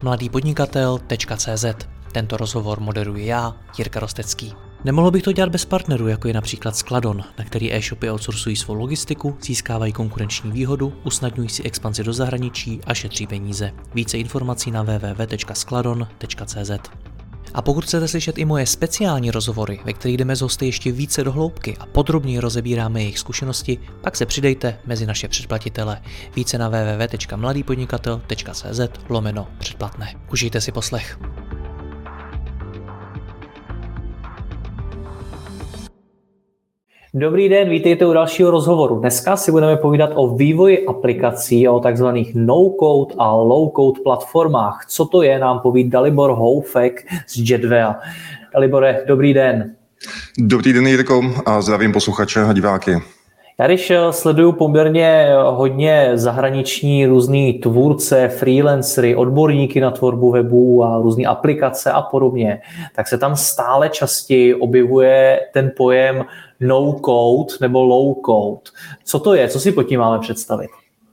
mladýpodnikatel.cz. Tento rozhovor moderuji já, Jirka Rostecký. Nemohl bych to dělat bez partnerů, jako je například Skladon, na který e-shopy outsourcují svou logistiku, získávají konkurenční výhodu, usnadňují si expanzi do zahraničí a šetří peníze. Více informací na www.skladon.cz. A pokud chcete slyšet i moje speciální rozhovory, ve kterých jdeme s hosty ještě více do hloubky a podrobněji rozebíráme jejich zkušenosti, pak se přidejte mezi naše předplatitele. Více na www.mladýpodnikatel.cz/předplatné. Užijte si poslech. Dobrý den, vítejte u dalšího rozhovoru. Dneska si budeme povídat o vývoji aplikací a o takzvaných no-code a low-code platformách. Co to je, nám poví Dalibor Houfek z Jetvea. Dalibore, dobrý den. Dobrý den, Jirko, a zdravím posluchače a diváky. Já když sleduju poměrně hodně zahraniční různý tvůrce, freelancery, odborníky na tvorbu webů a různé aplikace a podobně, tak se tam stále častěji objevuje ten pojem no code nebo low code. Co to je? Co si pod tím máme představit?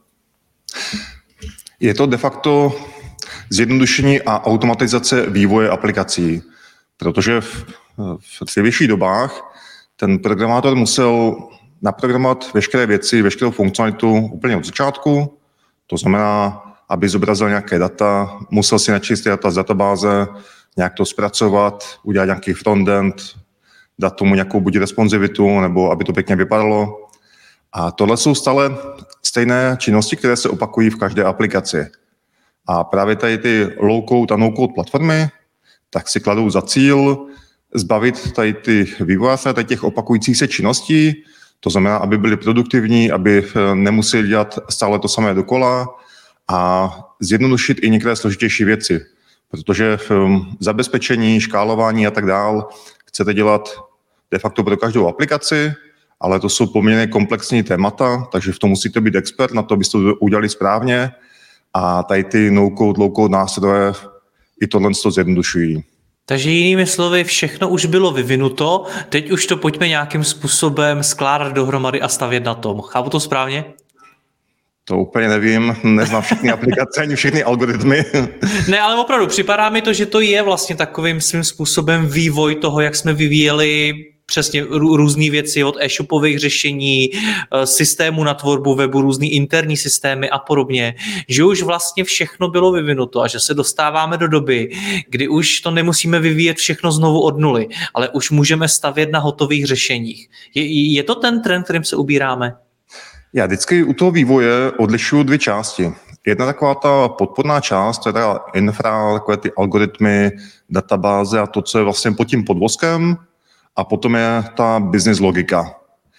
Je to de facto zjednodušení a automatizace vývoje aplikací, protože v dřívějších dobách ten programátor musel naprogramovat veškeré věci, veškerou funkcionalitu úplně od začátku. To znamená, aby zobrazil nějaké data, musel si načíst data z databáze, nějak to zpracovat, udělat nějaký frontend, dát tomu nějakou buď responsivitu, nebo aby to pěkně vypadalo. A tohle jsou stále stejné činnosti, které se opakují v každé aplikaci. A právě tady ty low-code a no-code platformy tak si kladou za cíl zbavit tady ty vývojáře tady těch opakujících se činností. To znamená, aby byli produktivní, aby nemuseli dělat stále to samé dokola a zjednodušit i některé složitější věci. Protože v zabezpečení, škálování a tak dál chcete dělat de facto pro každou aplikaci, ale to jsou poměrně komplexní témata, takže v tom musíte být expert, na to abyste to udělali správně a tady ty no-code, low-code nástroje i tohle to zjednodušují. Takže jinými slovy, všechno už bylo vyvinuto, teď už to pojďme nějakým způsobem skládat dohromady a stavět na tom. Chápu to správně? To úplně nevím, neznám všechny aplikace ani všechny algoritmy. Ne, ale opravdu připadá mi to, že to je vlastně takovým svým způsobem vývoj toho, jak jsme vyvíjeli přesně různé věci od e-shopových řešení, systému na tvorbu webu, různý interní systémy a podobně, že už vlastně všechno bylo vyvinuto a že se dostáváme do doby, kdy už to nemusíme vyvíjet všechno znovu od nuly, ale už můžeme stavět na hotových řešeních. Je to ten trend, kterým se ubíráme? Já vždycky u toho vývoje odlišuju dvě části. Jedna taková ta podporná část, to je ta infra, takové ty algoritmy, databáze a to, co je vlastně pod tím podvozkem, a potom je ta business logika.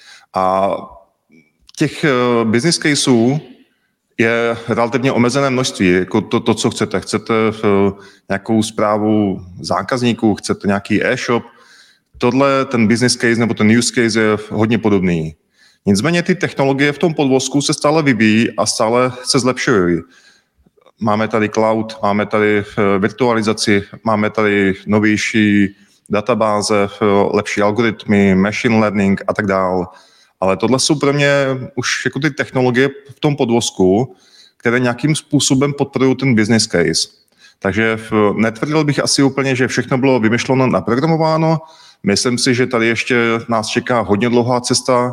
A těch business caseů je relativně omezené množství. Jako to, co chcete. Chcete nějakou správu zákazníků, chcete nějaký e-shop. Tohle, ten business case nebo ten use case je hodně podobný. Nicméně ty technologie v tom podvozku se stále vyvíjí a stále se zlepšují. Máme tady cloud, máme tady virtualizaci, máme tady novější databáze, lepší algoritmy, machine learning a tak dále. Ale tohle jsou pro mě už jako ty technologie v tom podvozku, které nějakým způsobem podporují ten business case. Takže netvrdil bych asi úplně, že všechno bylo vymyšleno, naprogramováno. Myslím si, že tady ještě nás čeká hodně dlouhá cesta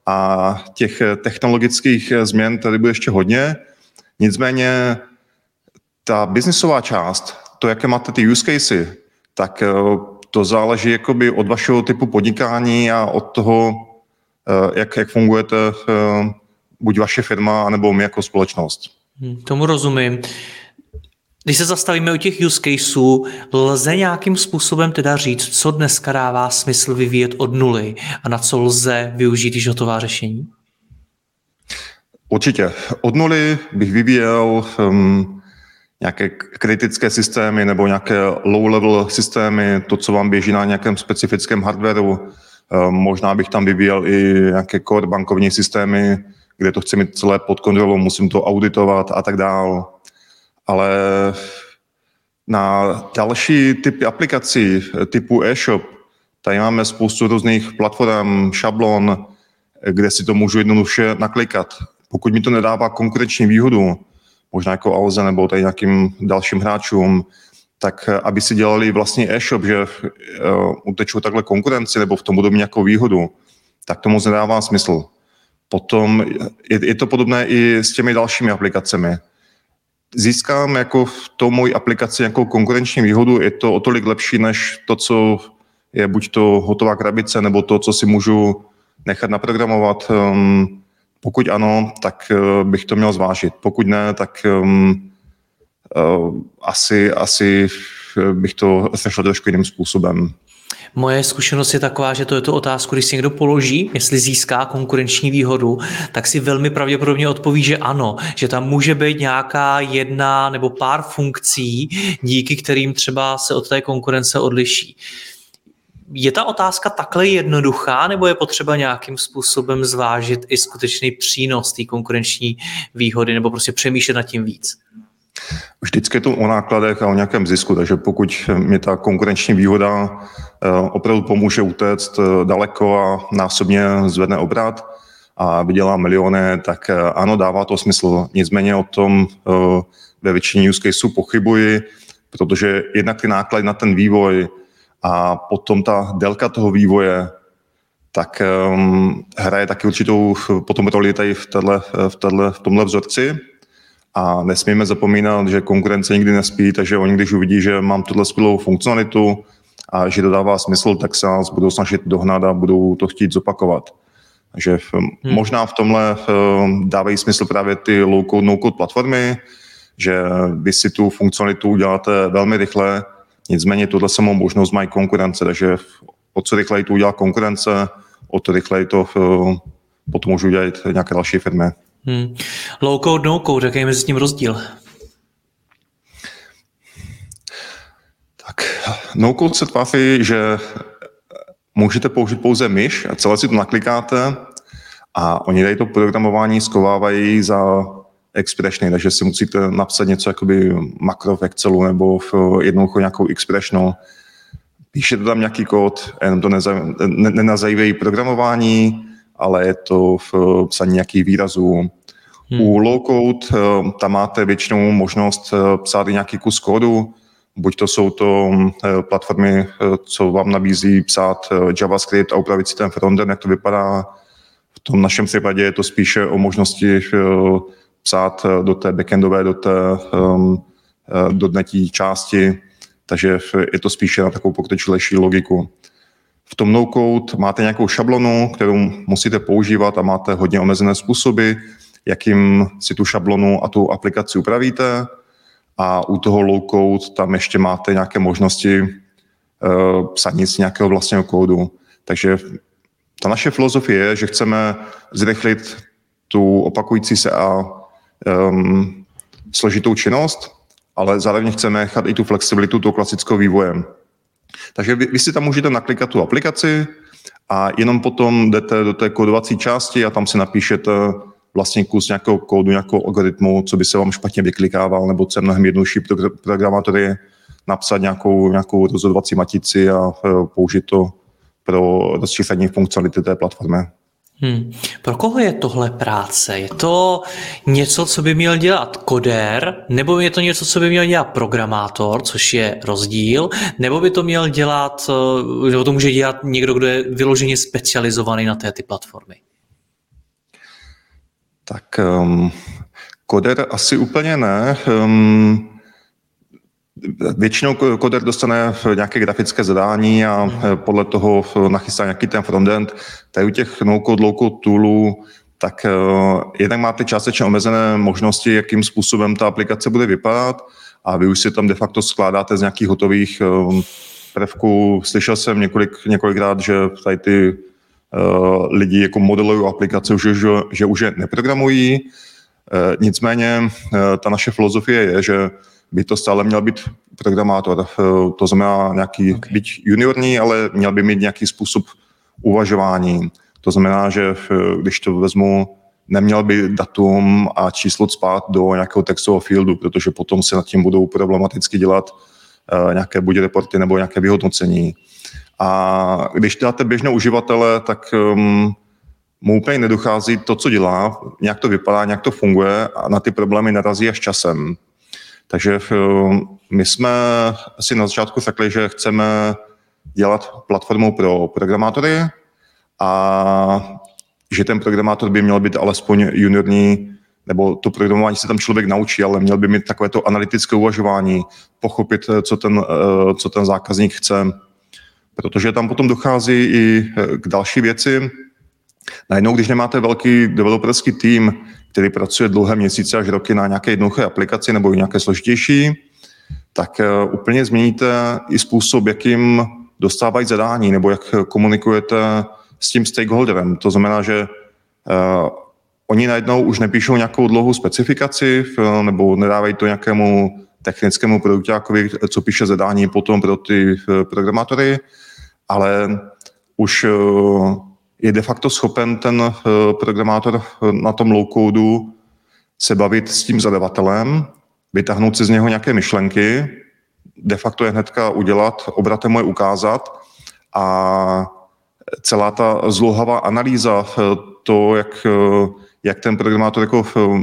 a těch technologických změn tady bude ještě hodně. Nicméně ta businessová část, to, jaké máte ty use casey, tak to záleží jakoby od vašeho typu podnikání a od toho, jak fungujete, buď vaše firma, nebo my jako společnost. Tomu rozumím. Když se zastavíme u těch use caseů, lze nějakým způsobem teda říct, co dneska dává smysl vyvíjet od nuly a na co lze využít již hotová řešení? Určitě. Od nuly bych vyvíjel nějaké kritické systémy nebo nějaké low-level systémy, to, co vám běží na nějakém specifickém hardwareu. Možná bych tam vyvíjel i nějaké core bankovní systémy, kde to chci mít celé pod kontrolou, musím to auditovat a tak dále. Ale na další typy aplikací typu e-shop, tady máme spoustu různých platform, šablon, kde si to můžu jednoduše naklikat. Pokud mi to nedává konkurenční výhodu, možná jako Alze nebo tady nějakým dalším hráčům, tak aby si dělali vlastní e-shop, že utečou takhle konkurenci nebo v tom budou mít nějakou výhodu, tak to moc nedává smysl. Potom je to podobné i s těmi dalšími aplikacemi. Získám jako v tom mojí aplikaci nějakou konkurenční výhodu, je to o tolik lepší, než to, co je buď to hotová krabice, nebo to, co si můžu nechat naprogramovat. Pokud ano, tak bych to měl zvážit. Pokud ne, tak asi bych to řešil trošku jiným způsobem. Moje zkušenost je taková, že to je tu otázku, když si někdo položí, jestli získá konkurenční výhodu, tak si velmi pravděpodobně odpoví, že ano, že tam může být nějaká jedna nebo pár funkcí, díky kterým třeba se od té konkurence odliší. Je ta otázka takhle jednoduchá, nebo je potřeba nějakým způsobem zvážit i skutečný přínos té konkurenční výhody, nebo prostě přemýšlet nad tím víc? Vždycky je to o nákladech a o nějakém zisku, takže pokud mi ta konkurenční výhoda opravdu pomůže utéct daleko a násobně zvedne obrat a vydělá miliony, tak ano, dává to smysl. Nicméně o tom ve většině use caseů pochybuji, protože jednak ty náklady na ten vývoj a potom ta délka toho vývoje, tak hraje taky určitou potom roli tady v tomhle vzorci. A nesmíme zapomínat, že konkurence nikdy nespí, takže oni, když uvidí, že mám tuhle skvělou funkcionalitu a že to dává smysl, tak se nás budou snažit dohnat a budou to chtít zopakovat. Takže možná v tomhle dávají smysl právě ty low-code, no-code platformy, že vy si tu funkcionalitu uděláte velmi rychle, nicméně tuhle samou možnost mají konkurence, takže o co rychleji to udělá konkurence, o to rychleji to potom můžu udělat nějaké další firmy. Low code, no code, jaký je mezi tím rozdíl? Tak, no code se tváří, že můžete použít pouze myš a celé si to naklikáte a oni tady to programování schovávají za expressiony, takže si musíte napsat něco jakoby makro v Excelu nebo v jednoducho nějakou expressionu. Píšete tam nějaký kód, jenom to nenazývají programování, ale je to v psaní nějakých výrazů. U low-code tam máte většinou možnost psát i nějaký kus kódu, buď to jsou to platformy, co vám nabízí psát JavaScript a upravit si ten frontend, jak to vypadá. V tom našem případě je to spíše o možnosti psát do té backendové, do té dotnetí části, takže je to spíše na takovou pokročilejší logiku. V tom no-code máte nějakou šablonu, kterou musíte používat a máte hodně omezené způsoby, jakým si tu šablonu a tu aplikaci upravíte. A u toho low-code tam ještě máte nějaké možnosti psaní z nějakého vlastního kódu. Takže ta naše filozofie je, že chceme zrychlit tu opakující se a složitou činnost, ale zároveň chceme nechat i tu flexibilitu toho klasického vývoje. Takže vy si tam můžete naklikat tu aplikaci a jenom potom jdete do té kódovací části a tam si napíšete vlastně kus nějakého kódu, nějakého algoritmu, co by se vám špatně vyklikával, nebo co je mnohem jednodušší programátory napsat nějakou rozhodovací matici a použít to pro rozšíření funkcionality té platformy. Pro koho je tohle práce? Je to něco, co by měl dělat kodér, nebo je to něco, co by měl dělat programátor, což je rozdíl, nebo by to měl dělat, nebo to může dělat někdo, kdo je vyloženě specializovaný na ty platformy? Tak kodér asi úplně ne. Většinou koder dostane nějaké grafické zadání a podle toho nachystá nějaký ten frontend. Tady u těch no-code, low-code toolů, tak jednak máte částečně omezené možnosti, jakým způsobem ta aplikace bude vypadat a vy už si tam de facto skládáte z nějakých hotových prvků. Slyšel jsem několikrát, že tady ty lidi jako modelují aplikace, že už je neprogramují. Nicméně ta naše filozofie je, že by to stále měl být programátor. To znamená nějaký, byť juniorní, ale měl by mít nějaký způsob uvažování. To znamená, že když to vezmu, neměl by datum a číslo cpát do nějakého textového fieldu, protože potom se nad tím budou problematicky dělat nějaké buď reporty nebo nějaké vyhodnocení. A když dáte běžného uživatele, tak mu úplně nedochází to, co dělá, nějak to vypadá, nějak to funguje a na ty problémy narazí až časem. Takže my jsme si na začátku řekli, že chceme dělat platformu pro programátory a že ten programátor by měl být alespoň juniorní, nebo to programování se tam člověk naučí, ale měl by mít takové to analytické uvažování, pochopit, co ten zákazník chce. Protože tam potom dochází i k další věci. Najednou, když nemáte velký developerský tým, který pracuje dlouhé měsíce až roky na nějaké jednoduché aplikaci nebo nějaké složitější, tak úplně změníte i způsob, jakým dostávají zadání nebo jak komunikujete s tím stakeholderem. To znamená, že oni najednou už nepíšou nějakou dlouhou specifikaci nebo nedávají to nějakému technickému produktákovi, co píše zadání potom pro ty programátory, ale už je de facto schopen ten programátor na tom low-codu se bavit s tím zadavatelem, vytáhnout si z něho nějaké myšlenky, de facto je hnedka udělat, obratem mu je ukázat a celá ta zdlouhavá analýza, to, jak ten programátor jako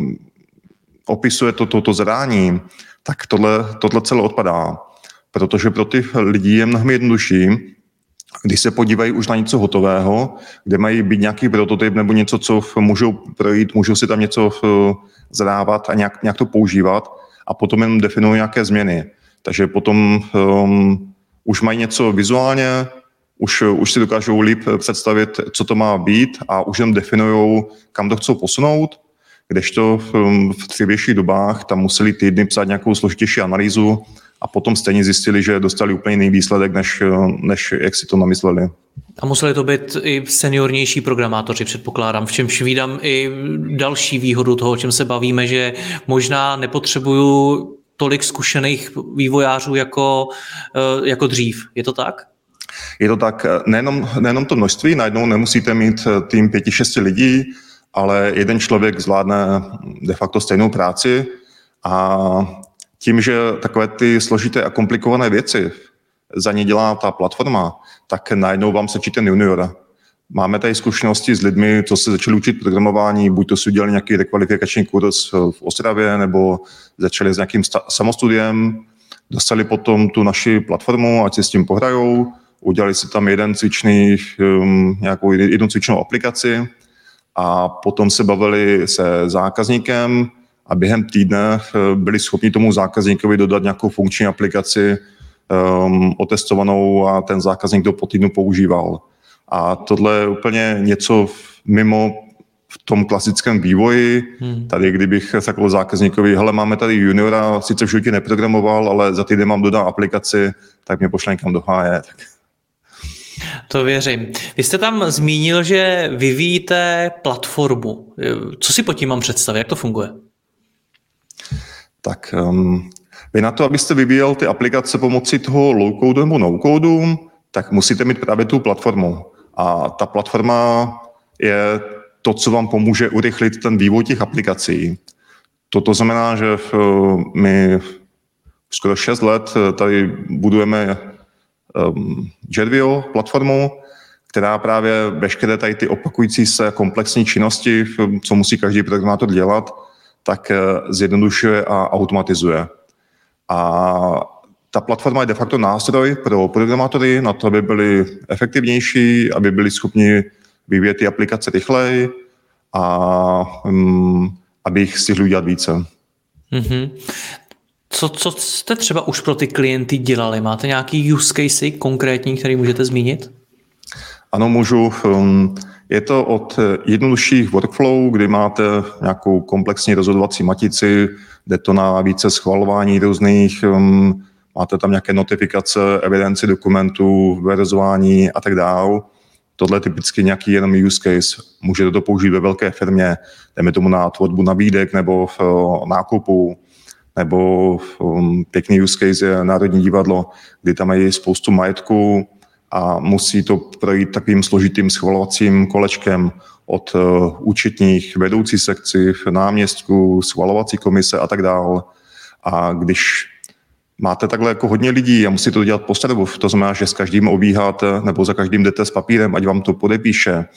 opisuje toto zadání, tak tohle celé odpadá. Protože pro ty lidi je mnohem jednodušší, když se podívají už na něco hotového, kde mají být nějaký prototyp nebo něco, co můžou projít, můžou si tam něco zadávat a nějak to používat a potom jen definují nějaké změny. Takže potom už mají něco vizuálně, už si dokážou líp představit, co to má být a už jen definují, kam to chcou posunout, kdežto v dřívějších dobách tam museli týdny psát nějakou složitější analýzu a potom stejně zjistili, že dostali úplně jiný výsledek, než jak si to namysleli. A museli to být i seniornější programátoři, předpokládám, v čemž vídám i další výhodu toho, o čem se bavíme, že možná nepotřebuju tolik zkušených vývojářů jako dřív. Je to tak? Je to tak, nejenom to množství, najednou nemusíte mít tým 5-6 lidí, ale jeden člověk zvládne de facto stejnou práci a tím, že takové ty složité a komplikované věci za ně dělá ta platforma, tak najednou vám sečí ten junior. Máme tady zkušenosti s lidmi, co se začali učit programování, buď to si udělali nějaký rekvalifikační kurz v Ostravě, nebo začali s nějakým samostudiem, dostali potom tu naši platformu, ať si s tím pohrajou, udělali si tam jednu cvičnou aplikaci a potom se bavili se zákazníkem a během týdne byli schopni tomu zákazníkovi dodat nějakou funkční aplikaci otestovanou a ten zákazník to po týdnu používal. A tohle je úplně něco mimo v tom klasickém vývoji. Tady kdybych řekl zákazníkovi, hele, máme tady juniora, sice v životě neprogramoval, ale za týden mám dodat aplikaci, tak mě pošle někam do háje. To věřím. Vy jste tam zmínil, že vyvíjíte platformu. Co si pod tím mám představit? Jak to funguje? Tak vy na to, abyste vyvíjel ty aplikace pomocí toho low-codu nebo no-codu, tak musíte mít právě tu platformu. A ta platforma je to, co vám pomůže urychlit ten vývoj těch aplikací. To znamená, že my skoro 6 let tady budujeme Jedvio platformu, která právě veškeré tady ty opakující se komplexní činnosti, co musí každý programátor dělat, tak zjednodušuje a automatizuje. A ta platforma je de facto nástroj pro programátory na to, aby byli efektivnější, aby byli schopni vyvíjet ty aplikace rychleji a aby jich stihli udělat více. Mm-hmm. Co jste třeba už pro ty klienty dělali? Máte nějaký use case konkrétní, který můžete zmínit? Ano, můžu. Je to od jednodušších workflow, kdy máte nějakou komplexní rozhodovací matici, jde to na více schvalování různých, máte tam nějaké notifikace, evidenci dokumentů, verzování a tak dále. Tohle je typicky nějaký jenom use case. Můžete to použít ve velké firmě, dejme tomu na tvorbu nabídek nebo nákupu, nebo pěkný use case je Národní divadlo, kdy tam mají spoustu majetku a musí to projít takovým složitým schvalovacím kolečkem od účetních, vedoucí sekcí, náměstků, schvalovací komise a tak dále. A když máte takhle jako hodně lidí a musíte to dělat po starbu, to znamená, že s každým obíháte nebo za každým jdete s papírem, ať vám to podepíše,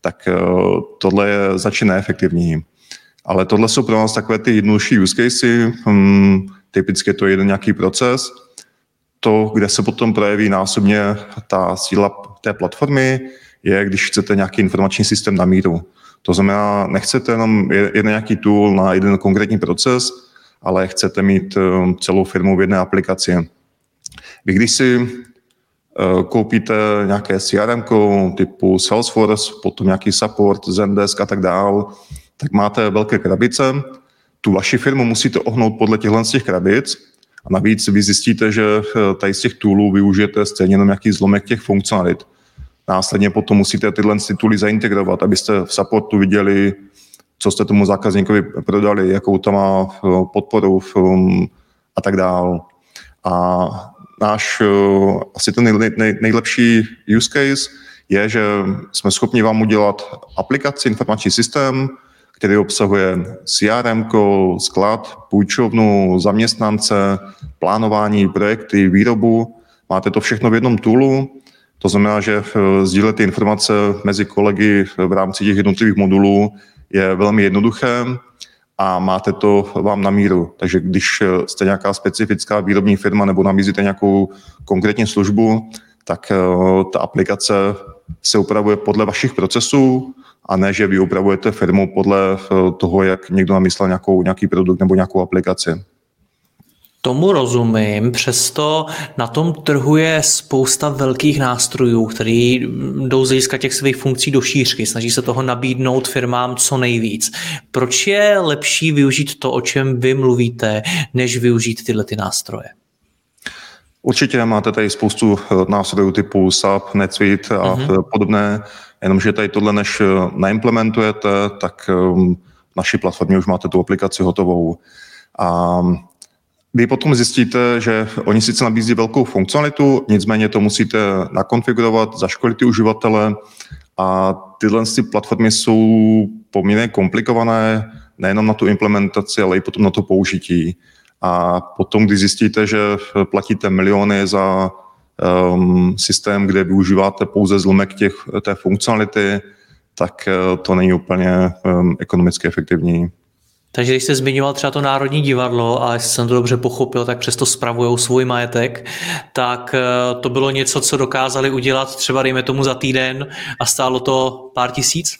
tak tohle je začít neefektivní. Ale tohle jsou pro nás takové ty jednodušší use casey, typicky je to jeden nějaký proces. To, kde se potom projeví násobně ta síla té platformy, je, když chcete nějaký informační systém na míru. To znamená, nechcete jenom jeden nějaký tool na jeden konkrétní proces, ale chcete mít celou firmu v jedné aplikaci. Vy když si koupíte nějaké CRM typu Salesforce, potom nějaký support, Zendesk a tak dál, tak máte velké krabice. Tu vaši firmu musíte ohnout podle těchto z těch krabic a navíc vy zjistíte, že tady z těch toolů využijete stejně jenom nějaký zlomek těch funkcionalit. Následně potom musíte tyhle tooly zaintegrovat, abyste v supportu viděli, co jste tomu zákazníkovi prodali, jakou tam má podporu a tak dál. A náš asi ten nejlepší use case je, že jsme schopni vám udělat aplikaci, informační systém, který obsahuje CRM, sklad, půjčovnu, zaměstnance, plánování, projekty, výrobu. Máte to všechno v jednom toolu. To znamená, že sdílet ty informace mezi kolegy v rámci těch jednotlivých modulů je velmi jednoduché a máte to vám na míru. Takže když jste nějaká specifická výrobní firma nebo nabízíte nějakou konkrétní službu, tak ta aplikace se upravuje podle vašich procesů a ne, že vy upravujete firmu podle toho, jak někdo namyslel nějaký produkt nebo nějakou aplikaci. Tomu rozumím, přesto na tom trhu je spousta velkých nástrojů, který jdou z hlediska těch svých funkcí do šířky, snaží se toho nabídnout firmám co nejvíc. Proč je lepší využít to, o čem vy mluvíte, než využít tyhle ty nástroje? Určitě máte tady spoustu nástrojů typu SAP, NetSuite a podobné, jenomže tady tohle, než naimplementujete, tak v naší platformě už máte tu aplikaci hotovou. A vy potom zjistíte, že oni sice nabízí velkou funkcionalitu, nicméně to musíte nakonfigurovat, zaškolit ty uživatele a tyhle platformy jsou poměrně komplikované, nejenom na tu implementaci, ale i potom na to použití. A potom, když zjistíte, že platíte miliony za systém, kde využíváte pouze zlomek té funkcionality, tak to není úplně ekonomicky efektivní. Takže když jste zmiňoval třeba to Národní divadlo, a jestli jsem to dobře pochopil, tak přesto spravujou svůj majetek, tak to bylo něco, co dokázali udělat třeba dejme tomu za týden a stálo to pár tisíc?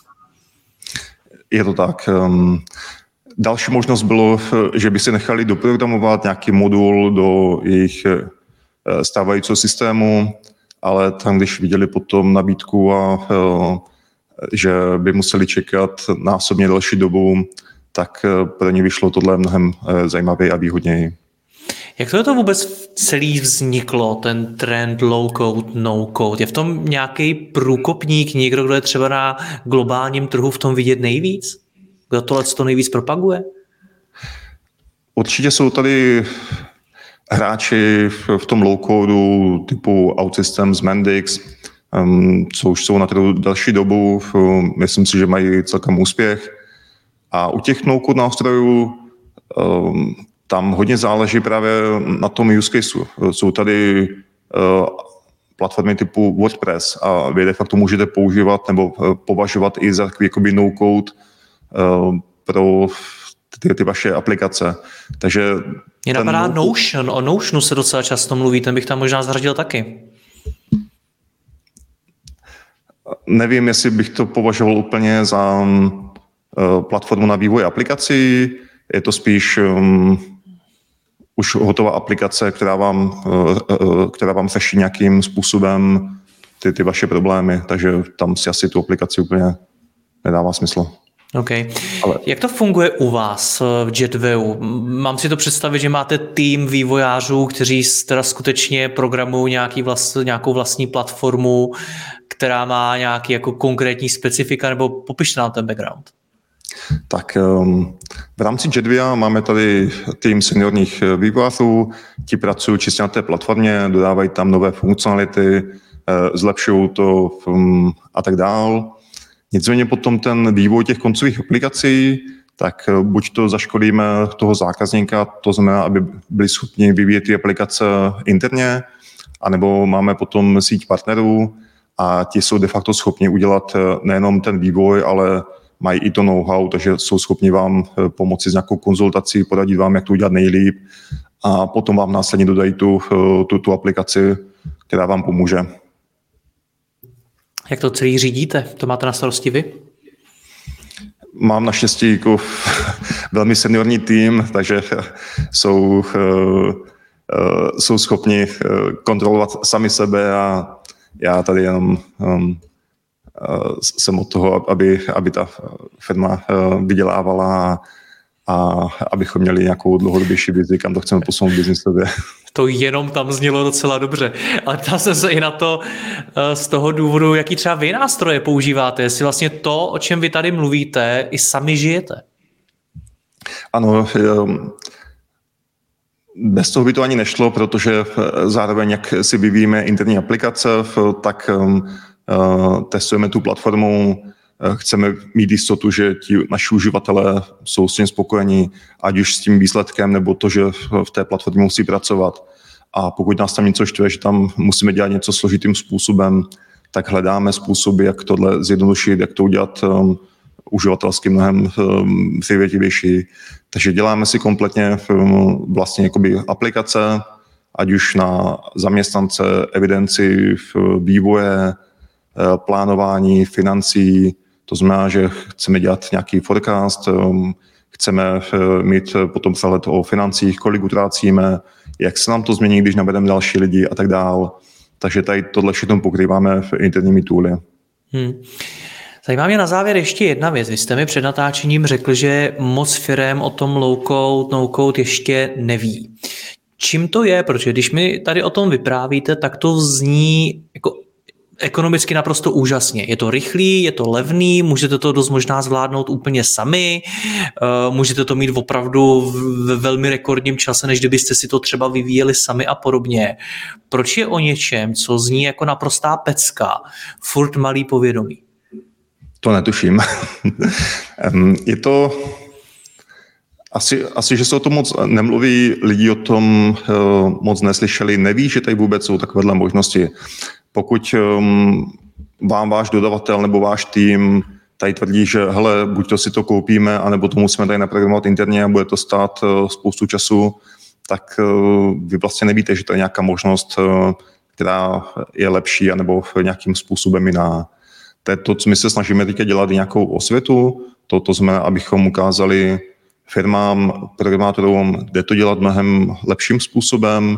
Je to tak. Další možnost bylo, že by si nechali doprogramovat nějaký modul do jejich stávajícího systému, ale tam, když viděli potom nabídku a že by museli čekat násobně další dobu, tak pro ně vyšlo tohle mnohem zajímavěji a výhodněji. Jak to vůbec celý vzniklo, ten trend low code, no code? Je v tom nějaký průkopník, někdo, kdo je třeba na globálním trhu v tom vidět nejvíc? Kdo tohle to nejvíc propaguje? Určitě jsou tady hráči v tom low codeu typu OutSystems, Mendix, co už jsou na trhu další dobu. Myslím si, že mají celkem úspěch. A u těch no-code nástrojů tam hodně záleží právě na tom use caseu. Jsou tady platformy typu WordPress a vy de facto můžete používat nebo považovat i za takový no-code pro ty vaše aplikace. Takže mě napadá Notion. O Notionu se docela často mluví, ten bych tam možná zařadil taky. Nevím, jestli bych to považoval úplně za platformu na vývoj aplikací. Je to spíš už hotová aplikace, která vám řeší nějakým způsobem ty vaše problémy, takže tam si asi tu aplikaci úplně nedává smysl. OK. Jak to funguje u vás v Jetveu? Mám si to představit, že máte tým vývojářů, kteří teda skutečně programují nějakou vlastní platformu, která má nějaký jako konkrétní specifika, nebo popište nám ten background. Tak v rámci Jetvea máme tady tým seniorních vývojářů, ti pracují čistě na té platformě, dodávají tam nové funkcionality, zlepšují to a tak dál. Nicméně potom ten vývoj těch koncových aplikací, tak buď to zaškolíme toho zákazníka, to znamená, aby byli schopni vyvíjet ty aplikace interně, anebo máme potom síť partnerů a ti jsou de facto schopni udělat nejenom ten vývoj, ale mají i to know-how, takže jsou schopni vám pomoci s nějakou konzultací, poradit vám, jak to udělat nejlíp a potom vám následně dodají tu aplikaci, která vám pomůže. Jak to celý řídíte? To máte na starosti vy? Mám naštěstí jako velmi seniorní tým, takže jsou schopni kontrolovat sami sebe a já tady jenom jsem od toho, aby ta firma vydělávala a abychom měli nějakou dlouhodobější vizi, kam to chceme posunout v biznisově. To jenom tam znělo docela dobře. Ale ptal jsem se i na to z toho důvodu, jaký třeba vy nástroje používáte, jestli vlastně to, o čem vy tady mluvíte, i sami žijete. Ano, bez toho by to ani nešlo, protože zároveň, jak si vyvíjíme interní aplikace, tak testujeme tu platformu, chceme mít jistotu, že ti naši uživatelé jsou s tím spokojení, ať už s tím výsledkem, nebo to, že v té platformě musí pracovat. A pokud nás tam něco štve, že tam musíme dělat něco složitým způsobem, tak hledáme způsoby, jak tohle zjednodušit, jak to udělat uživatelsky mnohem přívětivější. Takže děláme si kompletně vlastně jakoby aplikace, ať už na zaměstnance, evidenci, vývoje, plánování, financí. To znamená, že chceme dělat nějaký forecast, chceme mít potom přehled o financích, kolik utrácíme, jak se nám to změní, když navedeme další lidi a tak dál. Takže tady tohle všechno pokrýváme v interními tooly. Zajímá mě na závěr ještě jedna věc. Vy jste mi před natáčením řekl, že moc firem o tom low-code, no-code ještě neví. Čím to je? Protože když mi tady o tom vyprávíte, tak to zní jako ekonomicky naprosto úžasně. Je to rychlý, je to levný, můžete to dost možná zvládnout úplně sami, můžete to mít opravdu ve velmi rekordním čase, než kdybyste si to třeba vyvíjeli sami a podobně. Proč je o něčem, co zní jako naprostá pecka, furt malý povědomí? To netuším. Je to asi, že se o tom moc nemluví, lidi o tom moc neslyšeli, neví, že tady vůbec jsou takovéhle možnosti. Pokud vám váš dodavatel nebo váš tým tady tvrdí, že hele, buď to si to koupíme, anebo to musíme tady naprogramovat interně a bude to stát spoustu času, tak vy vlastně nevíte, že to je nějaká možnost, která je lepší anebo nějakým způsobem jiná. To je to, co my se snažíme teď dělat nějakou osvětu, to znamená, abychom ukázali firmám, programátorům, kde to dělat mnohem lepším způsobem.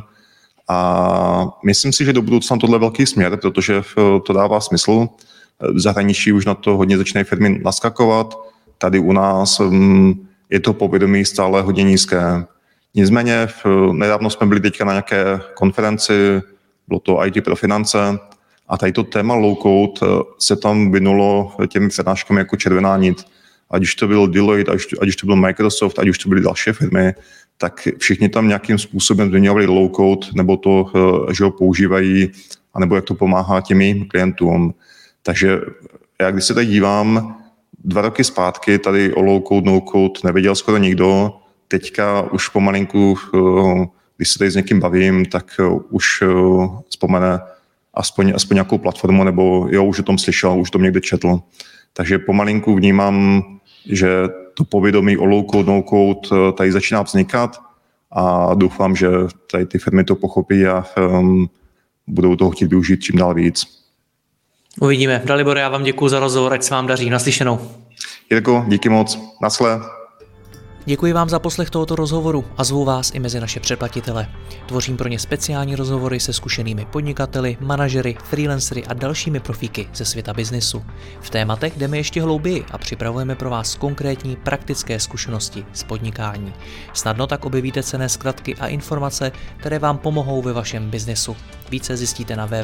A myslím si, že do budoucna tohle je velký směr, protože to dává smysl. V zahraničí už na to hodně začínají firmy naskakovat. Tady u nás je to povědomí stále hodně nízké. Nicméně nedávno jsme byli teďka na nějaké konferenci, bylo to IT pro finance, a tady to téma low-code se tam vynulo těmi přednáškami jako červená nit. Ať už to byl Deloitte, ať už to byl Microsoft, ať už to byly další firmy, tak všichni tam nějakým způsobem zmiňovali low-code, nebo to, že ho používají, anebo jak to pomáhá těm klientům. Takže já když se tady dívám, 2 roky zpátky tady o low-code, no-code nevěděl skoro nikdo. Teďka už pomalinku, když se tady s někým bavím, tak už vzpomene aspoň nějakou platformu, nebo jo, už o tom slyšel, už to někde četl. Takže pomalinku vnímám, že to povědomí o low-code, no-code tady začíná vznikat a doufám, že tady ty firmy to pochopí a budou toho chtít využít čím dál víc. Uvidíme. Dalibore, já vám děkuji za rozhovor, ať se vám daří. Naslyšenou. Jirko, díky moc. Naschle. Děkuji vám za poslech tohoto rozhovoru a zvu vás i mezi naše předplatitele. Tvořím pro ně speciální rozhovory se zkušenými podnikateli, manažery, freelancery a dalšími profíky ze světa biznisu. V tématech jdeme ještě hlouběji a připravujeme pro vás konkrétní praktické zkušenosti z podnikání. Snadno tak objevíte cenné zkratky a informace, které vám pomohou ve vašem biznesu. Více zjistíte na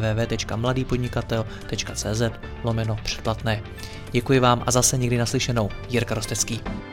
www.mladýpodnikatel.cz/předplatné. Děkuji vám a zase někdy naslyšenou. Jirka Rostecký.